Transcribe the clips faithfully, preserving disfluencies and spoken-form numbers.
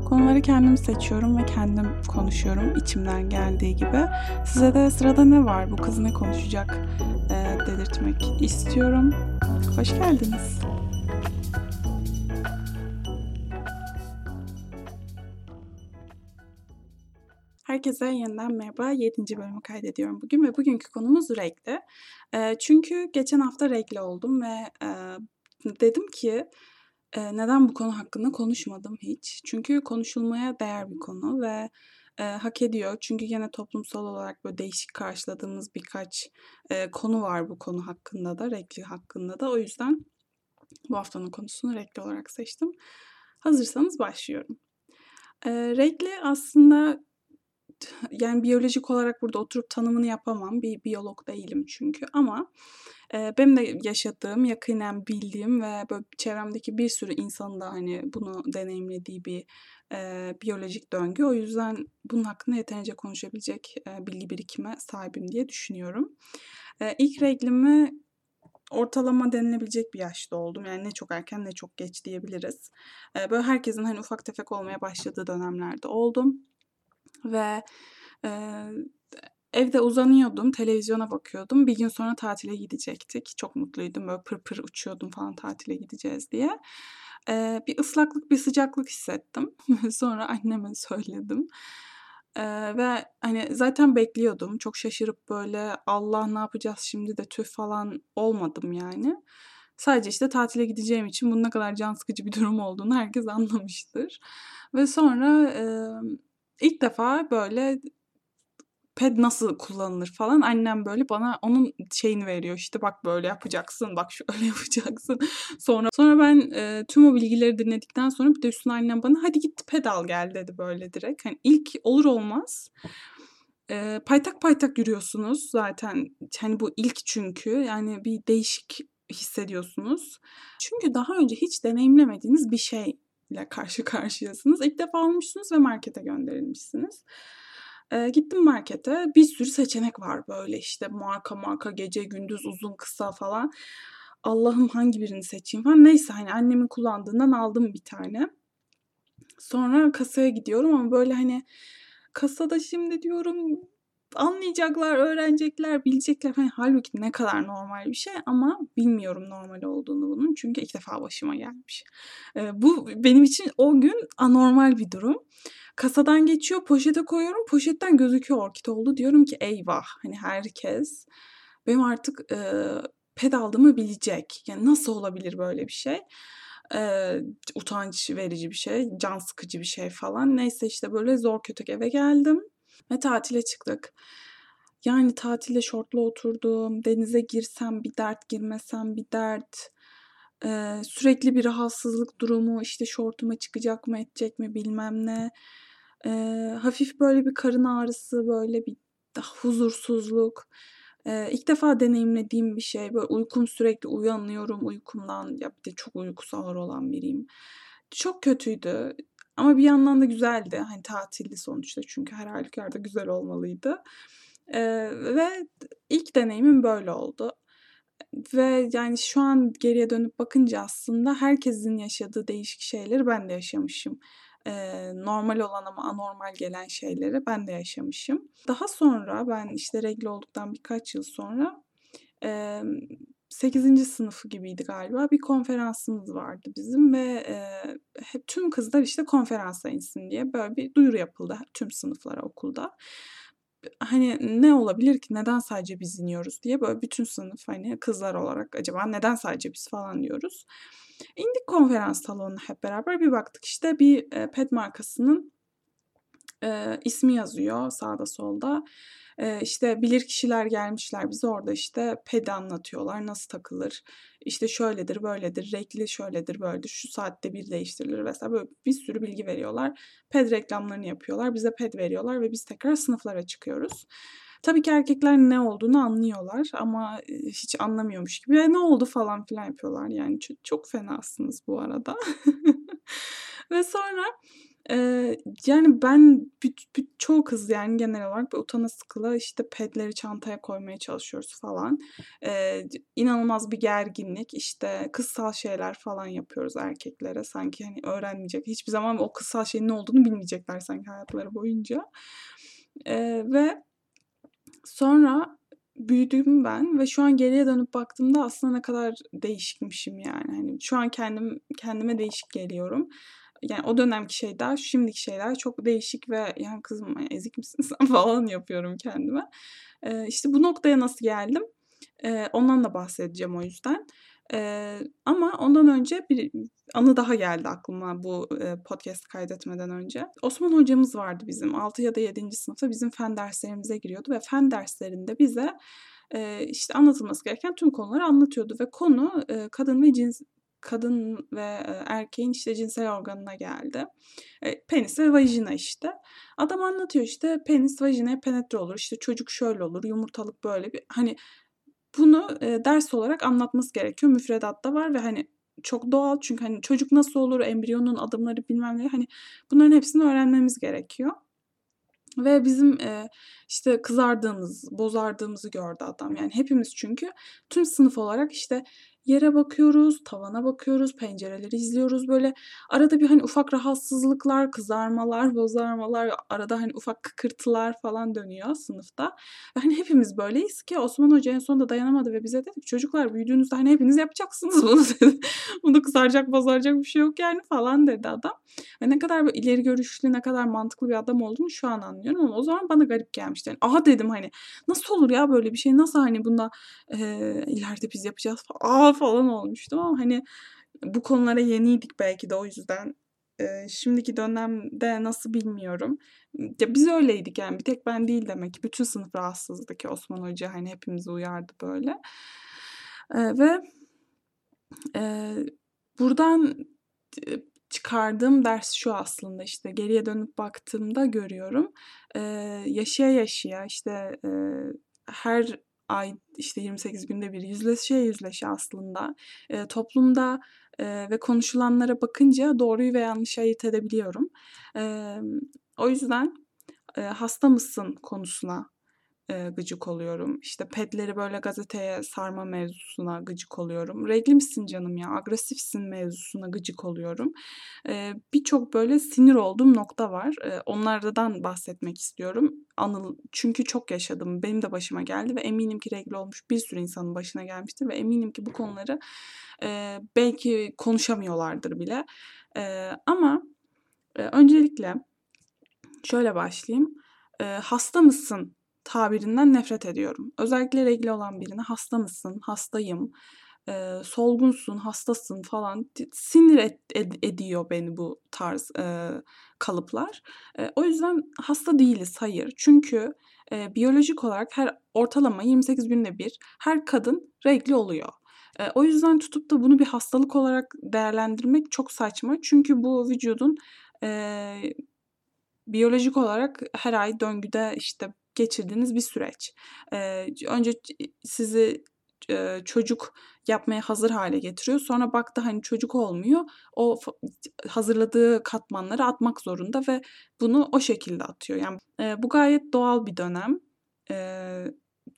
Konuları kendim seçiyorum ve kendim konuşuyorum içimden geldiği gibi. Size de sırada ne var, bu kız ne konuşacak e, dedirtmek istiyorum. Hoş geldiniz. Herkese yeniden merhaba. yedinci bölümü kaydediyorum bugün ve bugünkü konumuz renkli. Eee, çünkü geçen hafta renkli oldum ve eee, dedim ki eee, neden bu konu hakkında konuşmadım hiç? Çünkü konuşulmaya değer bir konu ve eee, hak ediyor. Çünkü gene toplumsal olarak böyle değişik karşıladığımız birkaç eee, konu var bu konu hakkında da, renkli hakkında da. O yüzden bu haftanın konusunu renkli olarak seçtim. Hazırsanız başlıyorum. Eee, renkli aslında yani biyolojik olarak burada oturup tanımını yapamam. Bir biyolog değilim çünkü ama eee, benim de yaşadığım, yakinen bildiğim ve böyle çevremdeki bir sürü insanın da hani bunu deneyimlediği bir eee, biyolojik döngü. O yüzden bunun hakkında yeterince konuşabilecek eee, bilgi birikime sahibim diye düşünüyorum. Eee, ilk reglimi ortalama denilebilecek bir yaşta oldum. Yani ne çok erken ne çok geç diyebiliriz. Eee, böyle herkesin hani ufak tefek olmaya başladığı dönemlerde oldum. Ve eee, evde uzanıyordum, televizyona bakıyordum. Bir gün sonra tatile gidecektik. Çok mutluydum, böyle pır pır uçuyordum falan tatile gideceğiz diye. Eee, bir ıslaklık, bir sıcaklık hissettim. Sonra anneme söyledim. Eee, ve hani zaten bekliyordum. Çok şaşırıp böyle Allah ne yapacağız şimdi de tüh falan olmadım yani. Sadece işte tatile gideceğim için bunun ne kadar can sıkıcı bir durum olduğunu herkes anlamıştır. Ve sonra emm İlk defa böyle ped nasıl kullanılır falan annem böyle bana onun şeyini veriyor. İşte bak böyle yapacaksın, bak şöyle yapacaksın. Sonra sonra ben eee, tüm o bilgileri dinledikten sonra bir de üstüne annem bana hadi git ped al gel dedi böyle direkt. Hani ilk olur olmaz eee, paytak paytak yürüyorsunuz zaten. Hani bu ilk çünkü yani bir değişik hissediyorsunuz. Çünkü daha önce hiç deneyimlemediğiniz bir şeyle karşı karşıyasınız. İlk defa almışsınız ve markete gönderilmişsiniz. Eee, gittim markete, bir sürü seçenek var böyle işte marka marka, gece gündüz, uzun kısa falan. Allah'ım hangi birini seçeyim falan. Neyse hani annemin kullandığından aldım bir tane. Sonra kasaya gidiyorum ama böyle hani kasada şimdi diyorum anlayacaklar, öğrenecekler, bilecekler. Hani hâlbuki ne kadar normal bir şey ama bilmiyorum normal olduğunu bunun. Çünkü ilk defa başıma gelmiş. Eee, bu benim için o gün anormal bir durum. Kasadan geçiyor, poşete koyuyorum. Poşetten gözüküyor orkid oldu. Diyorum ki eyvah! Hani herkes benim artık, eee, ped aldığımı bilecek. Yani nasıl olabilir böyle bir şey? Eee, utanç verici bir şey, can sıkıcı bir şey falan. Neyse işte böyle zor kötü eve geldim ve tatile çıktık. Yani tatilde şortla oturdum. Denize girsem bir dert, girmesem bir dert. Eee, sürekli bir rahatsızlık durumu, işte şortuma çıkacak mı, edecek mi bilmem ne. Eee, hafif böyle bir karın ağrısı, böyle bir huzursuzluk. Eee, ilk defa deneyimlediğim bir şey. Böyle uykum sürekli uyanıyorum uykumdan. Ya bir de çok uykusu ağır olan biriyim. Çok kötüydü ama bir yandan da güzeldi. Hani tatildi sonuçta çünkü her halükarda güzel olmalıydı. Eee, ve ilk deneyimim böyle oldu. Ve yani şu an geriye dönüp bakınca aslında herkesin yaşadığı değişik şeyleri ben de yaşamışım. Eee, normal olan ama anormal gelen şeyleri ben de yaşamışım. Daha sonra ben işte regle olduktan birkaç yıl sonra emm, sekizinci sınıfı gibiydi galiba, bir konferansımız vardı bizim ve eee, hep tüm kızlar işte konferansa insin diye böyle bir duyuru yapıldı tüm sınıflara okulda. Hani ne olabilir ki, neden sadece biz iniyoruz diye böyle bütün sınıf hani kızlar olarak acaba neden sadece biz falan diyoruz. İndik konferans salonuna hep beraber, bir baktık işte bir eee, ped markasının Eee, ismi yazıyor sağda solda. Eee, işte bilirkişiler gelmişler bize orada işte pedi anlatıyorlar, nasıl takılır, işte şöyledir, böyledir, renkli şöyledir, böyledir, şu saatte bir değiştirilir vesaire böyle bir sürü bilgi veriyorlar. Ped reklamlarını yapıyorlar, bize ped veriyorlar ve biz tekrar sınıflara çıkıyoruz. Tabii ki erkekler ne olduğunu anlıyorlar ama, eee, hiç anlamıyormuş gibi, "E, ne oldu?" falan filan yapıyorlar yani. Ço çok fenasınız bu arada. Ve sonra Eee, yani, ben büt büt çoğu kız, yani, genel olarak böyle utana sıkıla, işte, pedleri çantaya koymaya çalışıyoruz falan. Eee, c inanılmaz bir gerginlik, işte, kızsal şeyler falan yapıyoruz erkeklere. Sanki, hani, öğrenmeyecek, hiçbir zaman o kızsal şeyin ne olduğunu bilmeyecekler sanki hayatları boyunca. Eee, ve sonra büyüdüm ben ve şu an geriye dönüp baktığımda aslında ne kadar değişikmişim yani. Hani, şu an kendim kendime değişik geliyorum. Yani, o dönemki şeyler, şimdiki şeyler çok değişik ve "Ya kızım, hani, ezik misin sen?" falan yapıyorum kendime. Eee, işte, bu noktaya nasıl geldim? Eee, ondan da bahsedeceğim o yüzden. Eee, ama ondan önce bir anı daha geldi aklıma bu, eee, podcast kaydetmeden önce. Osman hocamız vardı bizim. altı ya da yedinci sınıfta bizim fen derslerimize giriyordu ve fen derslerinde bize, eee, işte, anlatılması gereken tüm konuları anlatıyordu ve konu, eee, kadın ve cins kadın ve, eee, erkeğin, işte, cinsel organına geldi. Eee, penis ve vajina işte. Adam anlatıyor, işte, penis vajinaya penetre olur, işte, çocuk şöyle olur, yumurtalık böyle bir hani, bunu, eee, ders olarak anlatması gerekiyor. Müfredatta var ve, hani, çok doğal çünkü, hani, çocuk nasıl olur, embriyonun adımları bilmem ne, hani, bunların hepsini öğrenmemiz gerekiyor. Ve bizim, eee, işte, kızardığımız, bozardığımızı gördü adam. Yani hepimiz çünkü tüm sınıf olarak, işte, yere bakıyoruz, tavana bakıyoruz, pencereleri izliyoruz. Böyle arada bir, hani, ufak rahatsızlıklar, kızarmalar, bozarmalar, arada, hani, ufak kıkırtılar falan dönüyor sınıfta. Ve, hani, hepimiz böyleyiz ki Osman Hoca en sonunda dayanamadı ve bize dedi ki "Çocuklar büyüdüğünüzde, hani, hepiniz yapacaksınız bunu." dedi. "Bunda kızaracak, bozaracak bir şey yok yani." falan dedi adam. Ve ne kadar böyle ileri görüşlü, ne kadar mantıklı bir adam olduğunu şu an anlıyorum ama o zaman bana garip gelmişti. Hani, "A!" dedim, hani, "Nasıl olur ya böyle bir şey? Nasıl, hani, bunda, eee, ileride biz yapacağız?" fa "A!" falan olmuştum ama, hani, bu konulara yeniydik belki de o yüzden. Eee, şimdiki dönemde nasıl bilmiyorum. Ya, biz öyleydik yani. Bir tek ben değil demek ki. Bütün sınıf rahatsızdı ki Osman Hoca, hani, hepimizi uyardı böyle. Eee, ve Eee, buradan t çıkardığım ders şu aslında, işte, geriye dönüp baktığımda görüyorum. Eee, yaşaya yaşaya, işte, eee, her ay, işte, yirmi sekiz günde bir yüzleşe yüzleşe aslında, eee, toplumda, eee, ve konuşulanlara bakınca doğruyu ve yanlışı ayırt edebiliyorum. Emm, o yüzden, eee, "Hasta mısın?" konusuna Eee, gıcık oluyorum. İşte petleri böyle gazeteye sarma mevzusuna gıcık oluyorum. "Regl misin canım ya, agresifsin." mevzusuna gıcık oluyorum. Eee, birçok böyle sinir olduğum nokta var. Eee, onlardan bahsetmek istiyorum. Anıl çünkü çok yaşadım. Benim de başıma geldi ve eminim ki regl olmuş bir sürü insanın başına gelmiştir ve eminim ki bu konuları, eee, belki konuşamıyorlardır bile. Eee, ama, eee, öncelikle şöyle başlayayım. Eee, "Hasta mısın?" tabirinden nefret ediyorum. Özellikle regl olan birine "Hasta mısın?", "Hastayım", eee, "Solgunsun", "Hastasın" falan ti sinir et ed ediyor beni bu tarz, eee, kalıplar. Eee, o yüzden hasta değiliz, hayır. Çünkü, eee, biyolojik olarak her ortalama yirmi sekiz günde bir her kadın regl oluyor. Eee, o yüzden tutup da bunu bir hastalık olarak değerlendirmek çok saçma. Çünkü bu vücudun, eee biyolojik olarak her ay döngüde, işte, geçirdiğiniz bir süreç. Eee, önce ç sizi, eee, çocuk yapmaya hazır hâle getiriyor. Sonra baktı, hani, çocuk olmuyor. O fa hazırladığı katmanları atmak zorunda ve bunu o şekilde atıyor. Yani, eee, bu gayet doğal bir dönem. Eee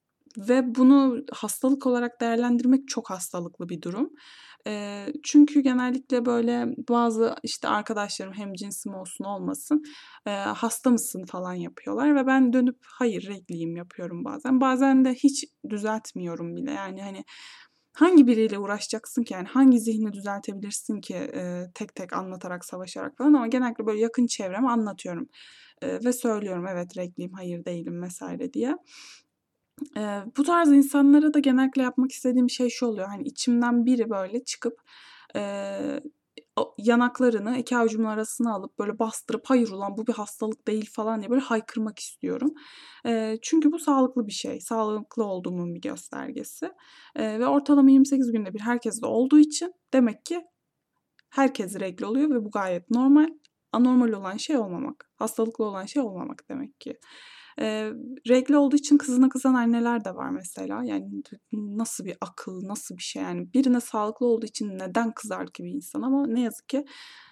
ve bunu hastalık olarak değerlendirmek çok hastalıklı bir durum. Eee, çünkü genellikle, böyle, bazı, işte, arkadaşlarım hemcinsim olsun olmasın, eee, "Hasta mısın?" falan yapıyorlar ve ben dönüp "Hayır, regliyim." yapıyorum bazen. Bazen de hiç düzeltmiyorum bile. Yani, hani, hangi biriyle uğraşacaksın ki? Yani, hangi zihni düzeltebilirsin ki, eee, tek tek anlatarak, savaşarak falan ama genellikle, böyle, yakın çevreme anlatıyorum, eee, ve söylüyorum, "Evet, regliyim, hayır değilim." vesaire diye. Eee, bu tarz insanlara da genellikle yapmak istediğim şey şu oluyor, hani, içimden biri böyle çıkıp, eee, o yanaklarını iki avucumun arasına alıp böyle bastırıp "Hayır ulan bu bir hastalık değil." falan diye böyle haykırmak istiyorum. Eee, çünkü bu sağlıklı bir şey. Sağlıklı olduğumun bir göstergesi, eee, ve ortalama yirmi sekiz günde bir herkeste olduğu için demek ki herkes regl oluyor ve bu gayet normal. Anormal olan şey olmamak, hastalıklı olan şey olmamak demek ki. Eee, regl olduğu için kızına kızan anneler de var mesela. Yani t nasıl bir akıl, nasıl bir şey yani? Birine sağlıklı olduğu için neden kızar ki bir insan ama ne yazık ki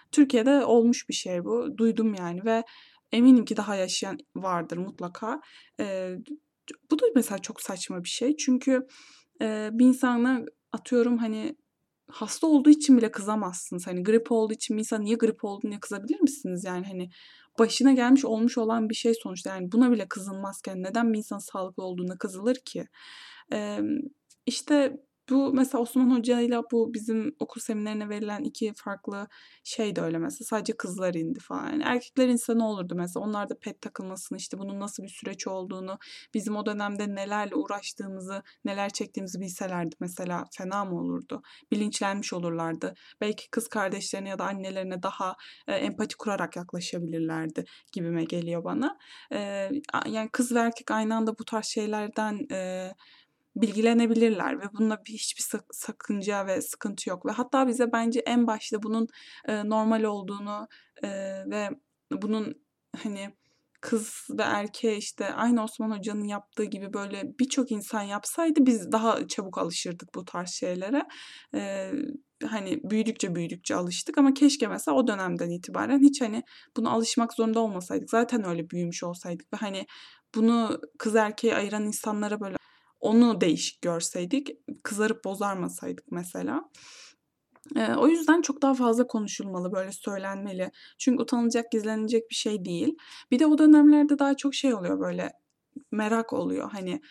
Türkiye'de olmuş bir şey bu. Duydum yani ve eminim ki daha yaşayan vardır mutlaka. Eee, bu da mesela çok saçma bir şey. Çünkü, eee, bir insana atıyorum, hani, hasta olduğu için bile kızamazsınız. Hani, grip olduğu için bir insana niye grip oldun diye kızabilir misiniz? Yani, hani, başına gelmiş olmuş olan bir şey sonuçta. Yani, buna bile kızılmazken neden bir insan sağlıklı olduğuna kızılır ki? Emm, işte, bu mesela Osman Hoca'yla bu bizim okul seminerine verilen iki farklı şey de öyle mesela. Sadece kızlar indi falan. Yani erkekler inse ne olurdu mesela? Onlar da pet takılmasını, işte, bunun nasıl bir süreç olduğunu, bizim o dönemde nelerle uğraştığımızı, neler çektiğimizi bilselerdi mesela fena mı olurdu? Bilinçlenmiş olurlardı. Belki kız kardeşlerine ya da annelerine daha, eee, empati kurarak yaklaşabilirlerdi gibime geliyor bana. Eee, a yani kız ve erkek aynı anda bu tarz şeylerden, eee, bilgilenebilirler ve bunda bir hiçbir sak sakınca ve sıkıntı yok ve hatta bize bence en başta bunun, eee, normal olduğunu, eee, ve bunun, hani, kız ve erkeğe, işte, aynı Osman Hoca'nın yaptığı gibi böyle birçok insan yapsaydı biz daha çabuk alışırdık bu tarz şeylere. Eee, hani, büyüdükçe büyüdükçe alıştık ama keşke mesela o dönemden itibaren hiç, hani, buna alışmak zorunda olmasaydık. Zaten öyle büyümüş olsaydık ve, hani, bunu kız erkeği ayıran insanlara böyle onu değişik görseydik, kızarıp bozarmasaydık mesela. Eee, o yüzden çok daha fazla konuşulmalı, böyle söylenmeli. Çünkü utanılacak, gizlenilecek bir şey değil. Bir de o dönemlerde daha çok şey oluyor böyle, merak oluyor. Hani,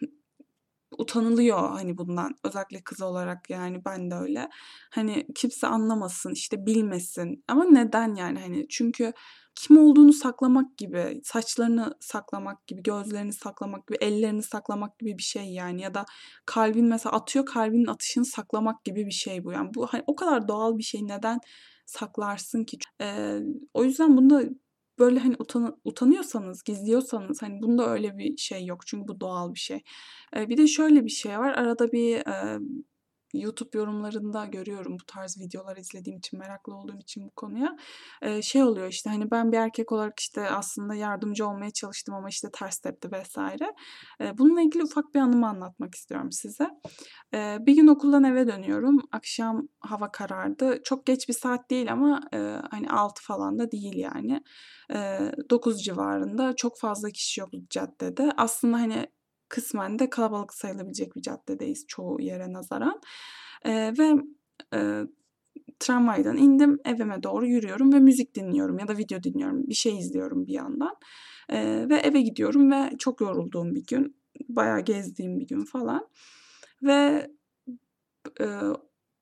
utanılıyor, hani, bundan. Özellikle kız olarak, yani, ben de öyle. Hani, kimse anlamasın, işte, bilmesin ama neden, yani, hani? Çünkü kim olduğunu saklamak gibi, saçlarını saklamak gibi, gözlerini saklamak gibi, ellerini saklamak gibi bir şey, yani, ya da kalbin mesela atıyor, kalbinin atışını saklamak gibi bir şey bu. Yani, bu, hani, o kadar doğal bir şeyi neden saklarsın ki? Eee, o yüzden bunda, böyle, hani, utanı utanıyorsanız, gizliyorsanız, hani, bunda öyle bir şey yok. Çünkü bu doğal bir şey. Eee, bir de şöyle bir şey var. Arada bir, emm, YouTube yorumlarında görüyorum bu tarz videolar izlediğim için, meraklı olduğum için bu konuya. Eee, şey oluyor, işte, hani, ben bir erkek olarak, işte, aslında yardımcı olmaya çalıştım ama, işte, ters tepti vesaire. Eee, bununla ilgili ufak bir anımı anlatmak istiyorum size. Eee, bir gün okuldan eve dönüyorum. Akşam hava karardı. Çok geç bir saat değil ama, eee, hani, altı falan da değil yani. Eee, dokuz civarında. Çok fazla kişi yok caddede. Aslında, hani, kısmen de kalabalık sayılabilecek bir caddedeyiz çoğu yere nazaran. Eee, ve, eee, tramvaydan indim, evime doğru yürüyorum ve müzik dinliyorum ya da video dinliyorum. Bir şey izliyorum bir yandan. Eee, ve eve gidiyorum ve çok yorulduğum bir gün. Bayağı gezdiğim bir gün falan ve, eee,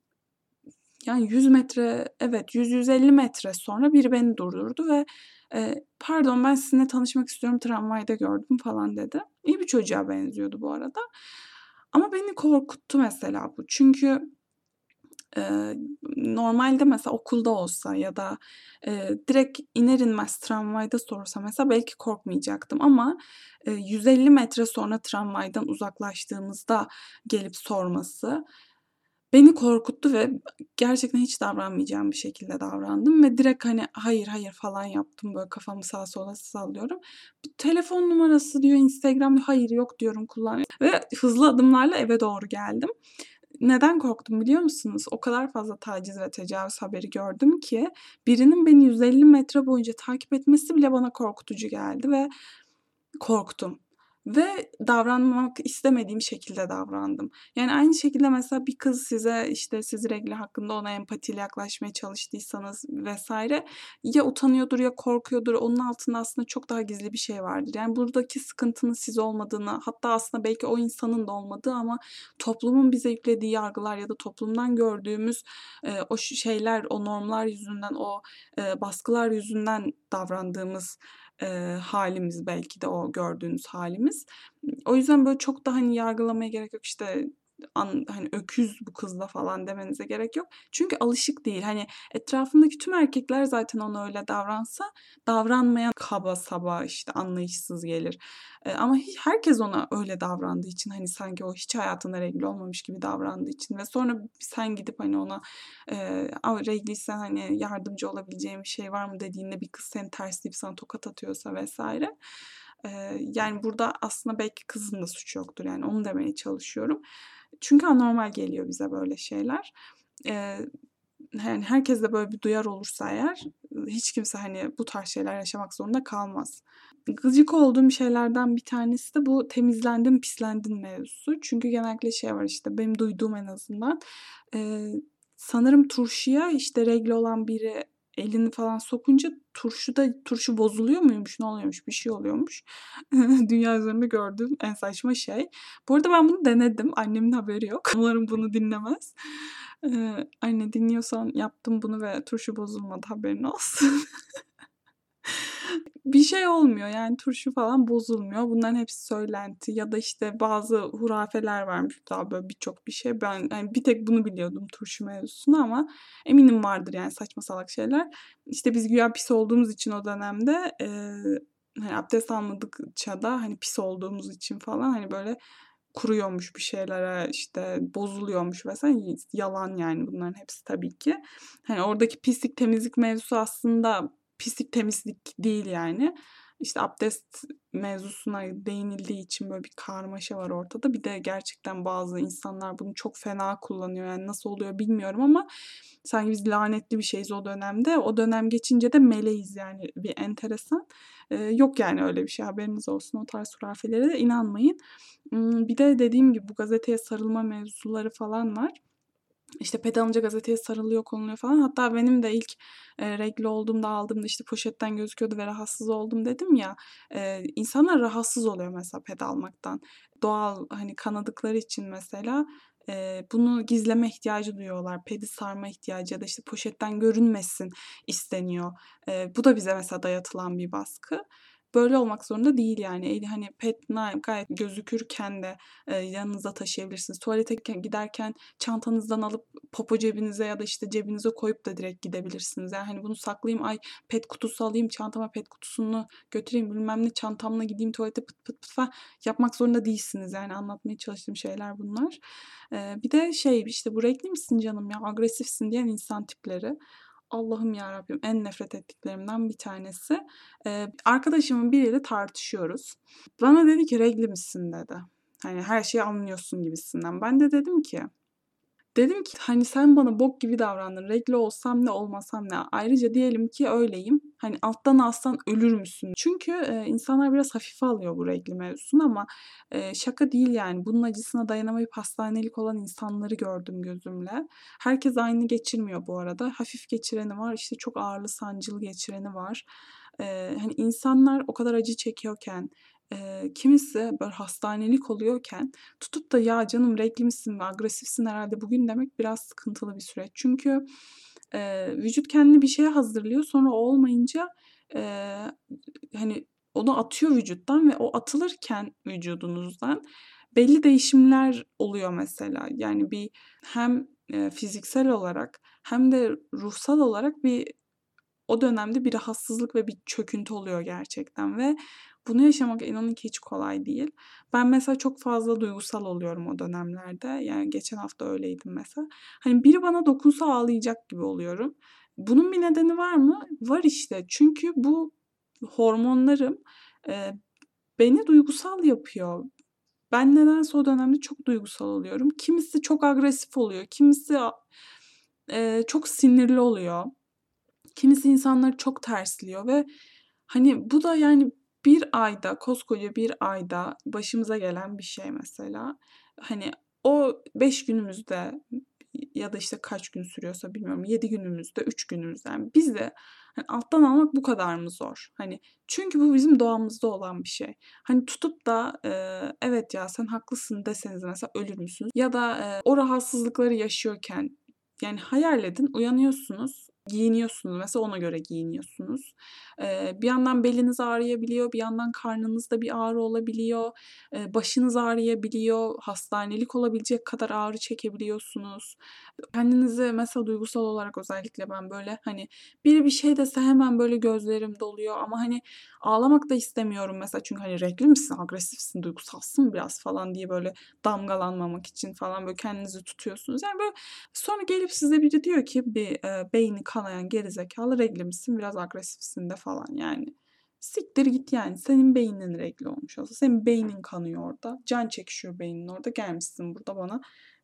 yani yüz metre, evet, yüz yüz elli metre sonra biri beni durdurdu ve, eee, "Pardon, ben sizinle tanışmak istiyorum, tramvayda gördüm." falan dedi. İyi bir çocuğa benziyordu bu arada ama beni korkuttu mesela bu. Çünkü, eee, normalde mesela okulda olsa ya da, eee, direkt iner inmez tramvayda sorsa mesela belki korkmayacaktım ama, eee, yüz elli metre sonra tramvaydan uzaklaştığımızda gelip sorması beni korkuttu ve gerçekten hiç davranmayacağım bir şekilde davrandım ve direkt, hani, hayır, hayır falan yaptım. Böyle kafamı sağa sola sallıyorum. Telefon numarası diyor, Instagram diyor. Hayır, yok diyorum, kullanmıyorum ve hızlı adımlarla eve doğru geldim. Neden korktum biliyor musunuz? O kadar fazla taciz ve tecavüz haberi gördüm ki birinin beni yüz elli metre boyunca takip etmesi bile bana korkutucu geldi ve korktum ve davranmak istemediğim şekilde davrandım. Yani aynı şekilde mesela bir kız size, işte, siz regl hakkında ona empatiyle yaklaşmaya çalıştıysanız vesaire ya utanıyordur ya korkuyordur. Onun altında aslında çok daha gizli bir şey vardır. Yani buradaki sıkıntının siz olmadığını, hatta aslında belki o insanın da olmadığı ama toplumun bize yüklediği yargılar ya da toplumdan gördüğümüz, eee, o ş şeyler, o normlar yüzünden, o, eee, baskılar yüzünden davrandığımız eee, hâlimiz belki de o gördüğünüz hâlimiz. O yüzden böyle çok da, hani, yargılamaya gerek yok, işte, an hani, "Öküz bu kız da." falan demenize gerek yok. Çünkü alışık değil. Hani, etrafındaki tüm erkekler zaten ona öyle davransa davranmayan kaba saba, işte, anlayışsız gelir. Eee, ama hi herkes ona öyle davrandığı için, hani, sanki o hiç hayatında regl olmamış gibi davrandığı için ve sonra sen gidip, hani, ona, eee, "A, regliysen, hani, yardımcı olabileceğim bir şey var mı?" dediğinde bir kız seni tersleyip sana tokat atıyorsa vesaire. Eee, yani, burada aslında belki kızın da suçu yoktur, yani, onu demeye çalışıyorum. Çünkü anormal geliyor bize böyle şeyler. Eee yani herkes de böyle bir duyar olursa eğer, ııı, hiç kimse, hani, bu tarz şeyler yaşamak zorunda kalmaz. Gıcık olduğum şeylerden bir tanesi de bu temizlendin, pislendin mevzusu. Çünkü genellikle şey var, işte, benim duyduğum en azından, eee, sanırım turşuya, işte, regl olan biri elini falan sokunca turşuda turşu bozuluyor muymuş, ne oluyormuş, bir şey oluyormuş. Dünya üzerinde gördüğüm en saçma şey. Bu arada ben bunu denedim. Annemin haberi yok. Umarım bunu dinlemez. Eee, anne dinliyorsan yaptım bunu ve turşu bozulmadı, haberin olsun. Bir şey olmuyor, yani turşu falan bozulmuyor. Bunların hepsi söylenti ya da, işte, bazı hurafeler varmış daha böyle birçok bir şey. Ben, hani, bir tek bunu biliyordum turşu mevzusunu ama eminim vardır yani saçma salak şeyler. İşte, biz güya pis olduğumuz için o dönemde, eee, hani, abdest almadıkça da, hani, pis olduğumuz için falan, hani, böyle kuruyormuş bir şeylere, işte, bozuluyormuş vesaire. Yalan yani bunların hepsi tabii ki. Hani, oradaki pislik temizlik mevzusu aslında pislik temizlik değil yani. İşte, abdest mevzusuna değinildiği için böyle bir karmaşa var ortada. Bir de gerçekten bazı insanlar bunu çok fena kullanıyor. Yani nasıl oluyor bilmiyorum ama sanki biz lanetli bir şeyiz o dönemde. O dönem geçince de meleğiz yani bir enteresan. Eee, yok yani öyle bir şey, haberiniz olsun. O tarz hurafelere de inanmayın. Imm, bir de dediğim gibi bu gazeteye sarılma mevzuları falan var. İşte, ped alınca gazeteye sarılıyor, konuluyor falan. Hatta benim de ilk, eee, regl olduğumda, aldığımda, işte, poşetten gözüküyordu ve rahatsız oldum dedim ya. Eee, insanlar rahatsız oluyor mesela ped almaktan. Doğal, hani, kanadıkları için mesela, eee, bunu gizleme ihtiyacı duyuyorlar. Pedi sarma ihtiyacı ya da, işte, poşetten görünmesin isteniyor. Eee, bu da bize mesela dayatılan bir baskı. Böyle olmak zorunda değil yani. Eee, hani, ped na gayet gözükürken de, eee, yanınızda taşıyabilirsiniz. Tuvalete ke giderken çantanızdan alıp popo cebinize ya da, işte, cebinize koyup da direkt gidebilirsiniz. Yani, hani, bunu saklayayım, ay pet kutusu alayım, çantama pet kutusunu götüreyim, bilmem ne, çantamla gideyim tuvalete pıt pıt pıt falan yapmak zorunda değilsiniz. Yani, anlatmaya çalıştığım şeyler bunlar. Eee, bir de şey, işte, bu "Renkli misin canım ya, agresifsin." diyen insan tipleri. Allah'ım yarabbim, en nefret ettiklerimden bir tanesi. Eee, arkadaşımın biriyle tartışıyoruz. Bana dedi ki, "Renkli misin?" dedi. Hani, her şeyi anlıyorsun gibisinden. Ben de dedim ki Dedim ki, hani, "Sen bana bok gibi davrandın. Regl olsam ne, olmasam ne? Ayrıca diyelim ki öyleyim. Hani, alttan alsan ölür müsün?" Çünkü, eee, insanlar biraz hafife alıyor bu regl mevzusunu ama, eee, şaka değil yani. Bunun acısına dayanamayıp hastanelik olan insanları gördüm gözümle. Herkes aynı geçirmiyor bu arada. Hafif geçireni var, işte, çok ağırlı sancılı geçireni var. Eee, hani, insanlar o kadar acı çekiyorken, eee, kimisi böyle hastanelik oluyorken tutup da "Ya canım renkli misin ve agresifsin herhâlde bugün." demek biraz sıkıntılı bir süreç. Çünkü, eee, vücut kendini bir şeye hazırlıyor. Sonra o olmayınca, eee, hani, onu atıyor vücuttan ve o atılırken vücudunuzdan belli değişimler oluyor mesela. Yani bir hem, eee, fiziksel olarak hem de ruhsal olarak bir o dönemde bir rahatsızlık ve bir çöküntü oluyor gerçekten ve bunu yaşamak inanın ki hiç kolay değil. Ben mesela çok fazla duygusal oluyorum o dönemlerde. Yani geçen hafta öyleydim mesela. Hani biri bana dokunsa ağlayacak gibi oluyorum. Bunun bir nedeni var mı? Var işte. Çünkü bu hormonlarım, eee, beni duygusal yapıyor. Ben nedense o dönemde çok duygusal oluyorum. Kimisi çok agresif oluyor, kimisi a eee, çok sinirli oluyor. Kimisi insanları çok tersliyor ve, hani, bu da, yani, bir ayda, koskoca bir ayda başımıza gelen bir şey mesela. Hani, o beş günümüzde ya da, işte, kaç gün sürüyorsa bilmiyorum, yedi günümüzde, üç günümüzde, yani, bizi, hani, alttan almak bu kadar mı zor? Hani, çünkü bu bizim doğamızda olan bir şey. Hani, tutup da, eee, "Evet ya, sen haklısın." deseniz mesela ölür müsünüz? Ya da, eee, o rahatsızlıkları yaşıyorken, yani, hayal edin, uyanıyorsunuz, giyiniyorsunuz mesela, ona göre giyiniyorsunuz. Eee, bir yandan beliniz ağrıyabiliyor, bir yandan karnınızda bir ağrı olabiliyor, eee, başınız ağrıyabiliyor, hastanelik olabilecek kadar ağrı çekebiliyorsunuz. Kendinizi mesela duygusal olarak özellikle ben, böyle, hani, biri bir şey dese hemen, böyle, gözlerim doluyor ama, hani, ağlamak da istemiyorum mesela çünkü, hani, "Renkli misin, agresifsin, duygusalsın biraz." falan diye, böyle, damgalanmamak için falan, böyle, kendinizi tutuyorsunuz. Yani, böyle, sonra gelip size biri diyor ki bir, eee, beyni kanayan gerizekalı, "Renkli misin, biraz agresifsin de." falan yani. Siktir git yani. Senin beynin renkli olmuş olsa, senin beynin kanıyor orada, can çekişiyor beynin orada. Gelmişsin burada bana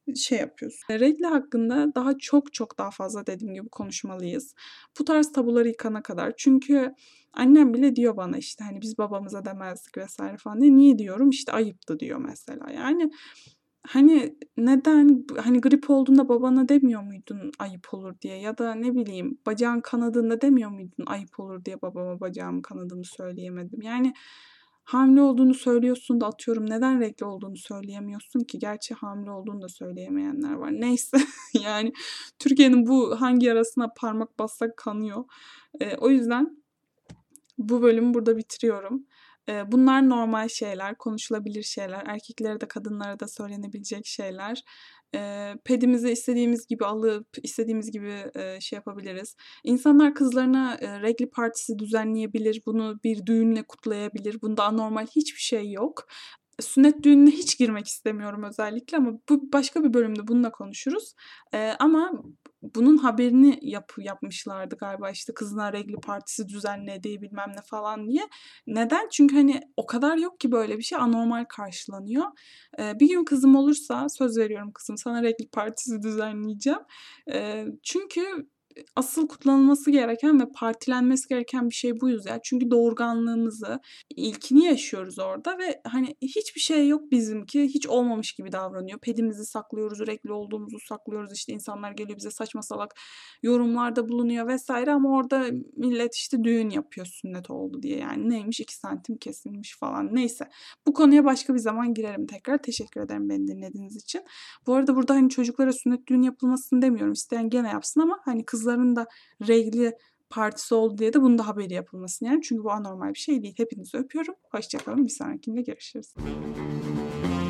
şey yapıyorsun. Regle hakkında daha çok çok daha fazla dediğim gibi konuşmalıyız. Bu tarz tabuları yıkana kadar. Çünkü annem bile diyor bana işte hani biz babamıza demezdik vesaire falan diye. Niye diyorum? İşte ayıptı diyor mesela. Yani hani neden hani grip olduğunda babana demiyor muydun ayıp olur diye ya da ne bileyim bacağın kanadığında demiyor muydun ayıp olur diye babama bacağımın kanadığını söyleyemedim. Yani hamile olduğunu söylüyorsun da atıyorum neden regl olduğunu söyleyemiyorsun ki? Gerçi hamile olduğunu da söyleyemeyenler var. Neyse yani Türkiye'nin bu hangi yarasına parmak bassak kanıyor. Eee, o yüzden bu bölümü burada bitiriyorum. Eee, bunlar normal şeyler, konuşulabilir şeyler. Erkeklere de kadınlara da söylenebilecek şeyler. Eee, pedimizi istediğimiz gibi alıp istediğimiz gibi, eee, şey yapabiliriz. İnsanlar kızlarına, eee, regl partisi düzenleyebilir, bunu bir düğünle kutlayabilir. Bunda anormal hiçbir şey yok. Sünnet düğününe hiç girmek istemiyorum özellikle ama bu başka bir bölümde bununla konuşuruz. Eee, ama bunun haberini yap yapmışlardı galiba işte kızına regl partisi düzenlediği bilmem ne falan diye. Neden? Çünkü hani o kadar yok ki böyle bir şey anormal karşılanıyor. Eee, bir gün kızım olursa söz veriyorum kızım sana regl partisi düzenleyeceğim. Eee, çünkü asıl kutlanılması gereken ve partilenmesi gereken bir şey buyuz ya. Çünkü doğurganlığımızı, ilkini yaşıyoruz orada ve hani hiçbir şey yok bizimki. Hiç olmamış gibi davranıyor. Pedimizi saklıyoruz, regl olduğumuzu saklıyoruz. İşte insanlar geliyor bize saçma salak yorumlarda bulunuyor vesaire ama orada millet işte düğün yapıyor sünnet oldu diye. Yani neymiş iki santim kesilmiş falan. Neyse. Bu konuya başka bir zaman girerim tekrar. Teşekkür ederim beni dinlediğiniz için. Bu arada burada hani çocuklara sünnet düğün yapılmasını demiyorum. İsteyen gene yapsın ama hani kızların da regli partisi oldu diye de bunun da haberi yapılmasın yani. Çünkü bu anormal bir şey değil. Hepinizi öpüyorum. Hoşça kalın. Bir sonrakinde görüşürüz.